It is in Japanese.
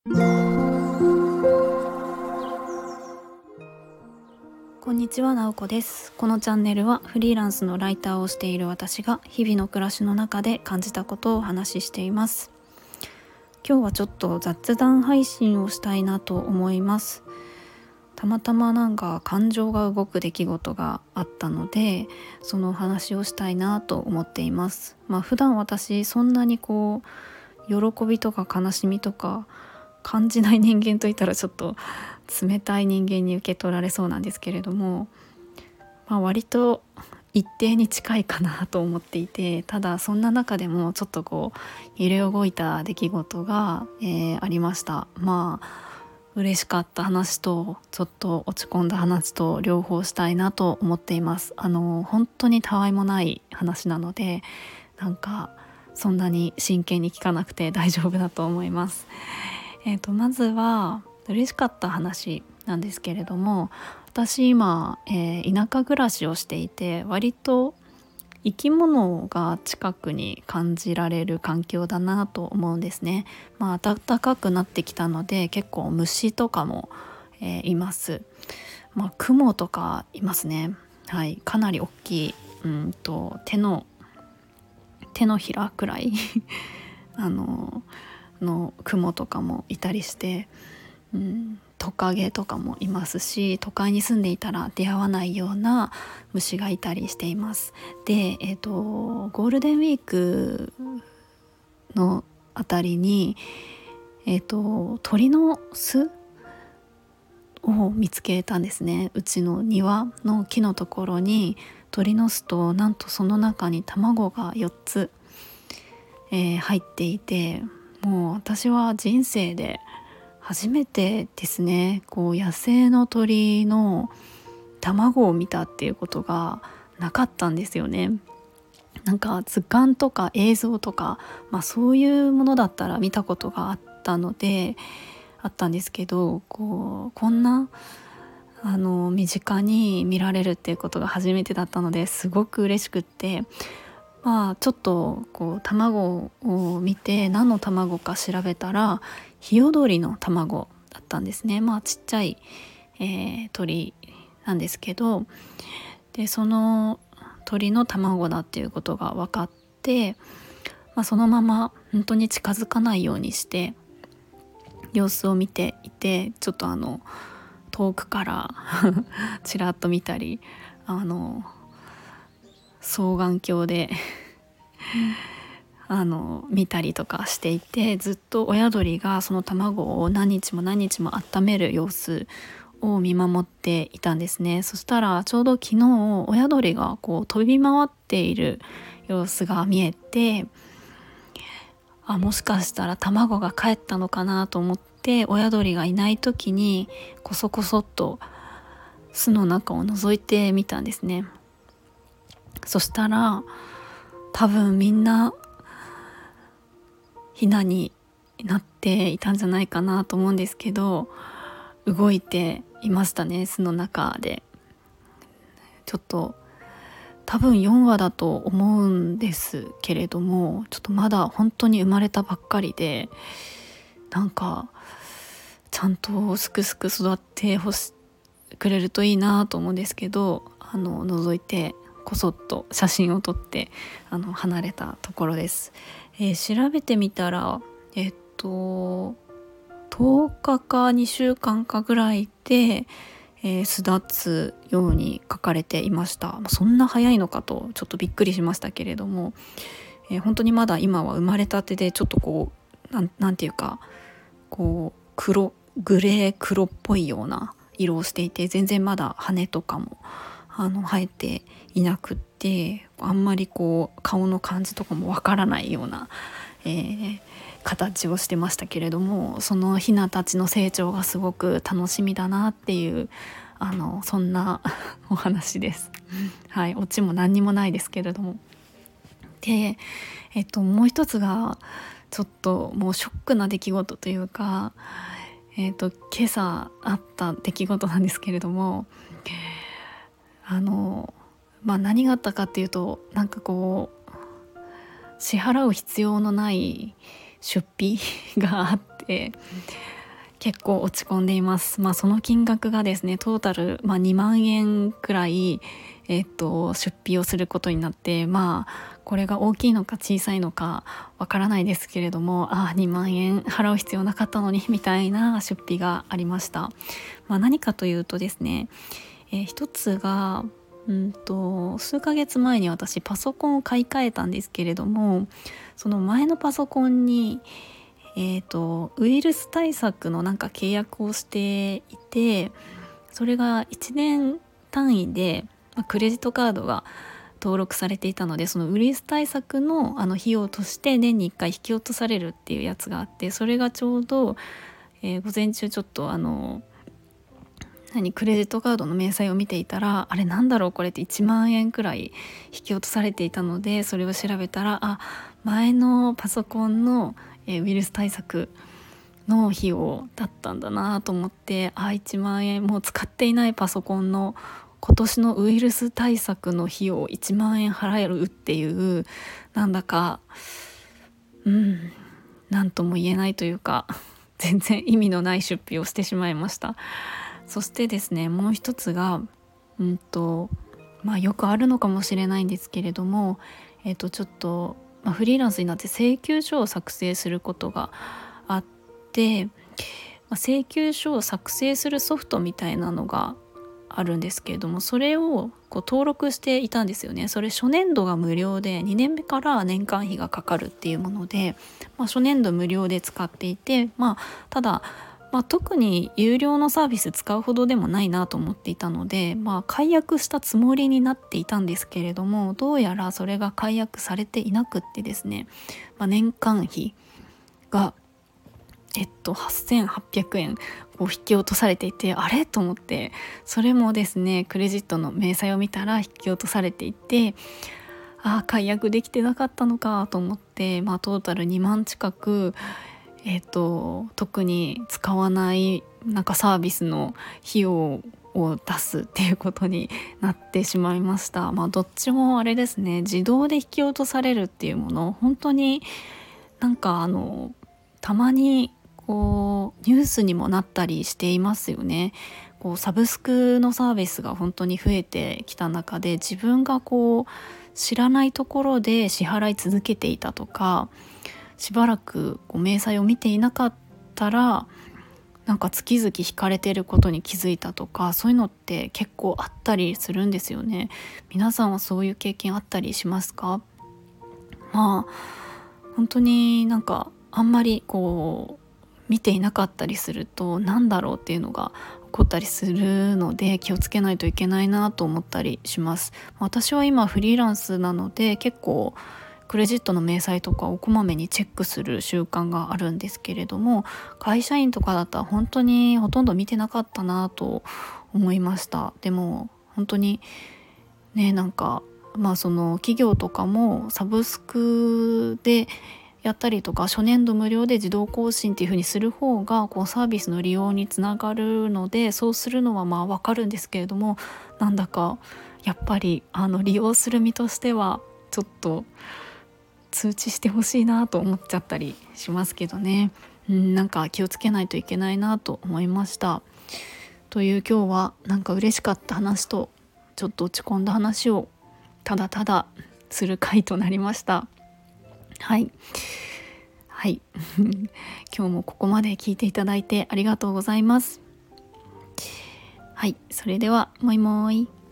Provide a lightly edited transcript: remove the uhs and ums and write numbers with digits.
こんにちは、なおこです。このチャンネルはフリーランスのライターをしている私が日々の暮らしの中で感じたことをお話ししています。今日はちょっと雑談配信をしたいなと思います。たまたま感情が動く出来事があったので、そのお話をしたいなと思っています。普段私そんなに喜びとか悲しみとか感じない人間といったらちょっと冷たい人間に受け取られそうなんですけれども、割と一定に近いかなと思っていて、ただそんな中でもちょっと揺れ動いた出来事が、ありました。嬉しかった話とちょっと落ち込んだ話と両方したいなと思っています。本当にたわいもない話なので、そんなに真剣に聞かなくて大丈夫だと思います。まずは嬉しかった話なんですけれども、私今、田舎暮らしをしていて、割と生き物が近くに感じられる環境だなと思うんですね。暖かくなってきたので結構虫とかも、います。雲とかいますね。はい、かなり大きい、手のひらくらいの雲とかもいたりして、トカゲとかもいますし、都会に住んでいたら出会わないような虫がいたりしています。で、ゴールデンウィークのあたりに、鳥の巣を見つけたんですね。うちの庭の木のところに鳥の巣と、なんとその中に卵が4つ、入っていて、もう私は人生で初めてですね、野生の鳥の卵を見たっていうことがなかったんですよね。図鑑とか映像とか、そういうものだったら見たことがあったんですけど、こんな身近に見られるっていうことが初めてだったので、すごく嬉しくって、ちょっと卵を見て何の卵か調べたらヒヨドリの卵だったんですね。ちっちゃい、鳥なんですけど、でその鳥の卵だっていうことが分かって、そのまま本当に近づかないようにして様子を見ていて、ちょっと遠くからちらっと見たり、双眼鏡で見たりとかしていて、ずっと親鳥がその卵を何日も何日も温める様子を見守っていたんですね。そしたらちょうど昨日親鳥が飛び回っている様子が見えて、もしかしたら卵が帰ったのかなと思って、親鳥がいない時にこそこそっと巣の中を覗いてみたんですね。そしたら多分みんなヒナになっていたんじゃないかなと思うんですけど、動いていましたね、巣の中で。ちょっと多分4羽だと思うんですけれども、ちょっとまだ本当に生まれたばっかりで、ちゃんとすくすく育ってくれるといいなと思うんですけど、覗いてこそっと写真を撮って離れたところです。調べてみたら10日か2週間かぐらいで、巣立つように書かれていました。そんな早いのかとちょっとびっくりしましたけれども、本当にまだ今は生まれたてで、ちょっとなんていうかグレー黒っぽいような色をしていて、全然まだ羽とかも生えていなくって、あんまり顔の感じとかもわからないような、形をしてましたけれども、そのヒナたちの成長がすごく楽しみだなっていうそんなお話です。はい、オチも何にもないですけれども。で、もう一つがちょっともうショックな出来事というか、今朝あった出来事なんですけれども、何があったかっていうと、支払う必要のない出費があって、 結構落ち込んでいます。その金額がですねトータル、2万円くらい、出費をすることになって、これが大きいのか小さいのかわからないですけれども、2万円払う必要なかったのにみたいな出費がありました。何かというとですね、一つが数ヶ月前に私パソコンを買い替えたんですけれども、その前のパソコンにウイルス対策の契約をしていて、それが1年単位で、クレジットカードが登録されていたので、そのウイルス対策の費用として年に1回引き落とされるっていうやつがあって、それがちょうど、午前中ちょっとクレジットカードの明細を見ていたら、あれなんだろうこれって1万円くらい引き落とされていたので、それを調べたら前のパソコンのウイルス対策の費用だったんだなと思って、1万円もう使っていないパソコンの今年のウイルス対策の費用1万円払えるっていう、なんだかなんとも言えないというか、全然意味のない出費をしてしまいました。そしてですね、もう一つがよくあるのかもしれないんですけれども、ちょっと、フリーランスになって請求書を作成することがあって、請求書を作成するソフトみたいなのがあるんですけれども、それを登録していたんですよね。それ初年度が無料で、2年目から年間費がかかるっていうもので、初年度無料で使っていて、ただ特に有料のサービス使うほどでもないなと思っていたので、解約したつもりになっていたんですけれども、どうやらそれが解約されていなくってですね、年間費が8800円引き落とされていて、あれと思って、それもですねクレジットの明細を見たら引き落とされていて、解約できてなかったのかと思って、トータル2万近く特に使わないサービスの費用を出すっていうことになってしまいました。どっちもあれですね、自動で引き落とされるっていうもの、本当にたまにニュースにもなったりしていますよね。サブスクのサービスが本当に増えてきた中で、自分が知らないところで支払い続けていたとか、しばらく明細を見ていなかったら月々引かれていることに気づいたとか、そういうのって結構あったりするんですよね。皆さんはそういう経験あったりしますか？本当にあんまり見ていなかったりすると、なんだろうっていうのが起こったりするので、気をつけないといけないなと思ったりします。私は今フリーランスなので、結構クレジットの明細とかをこまめにチェックする習慣があるんですけれども、会社員とかだったら本当にほとんど見てなかったなと思いました。でも本当にね、その企業とかもサブスクでやったりとか、初年度無料で自動更新っていう風にする方がサービスの利用につながるので、そうするのはわかるんですけれども、なんだかやっぱり利用する身としてはちょっと通知してほしいなと思っちゃったりしますけどね。気をつけないといけないなと思いました。という今日は嬉しかった話とちょっと落ち込んだ話をただただする回となりました。はい今日もここまで聞いていただいてありがとうございます。それではもいもーい。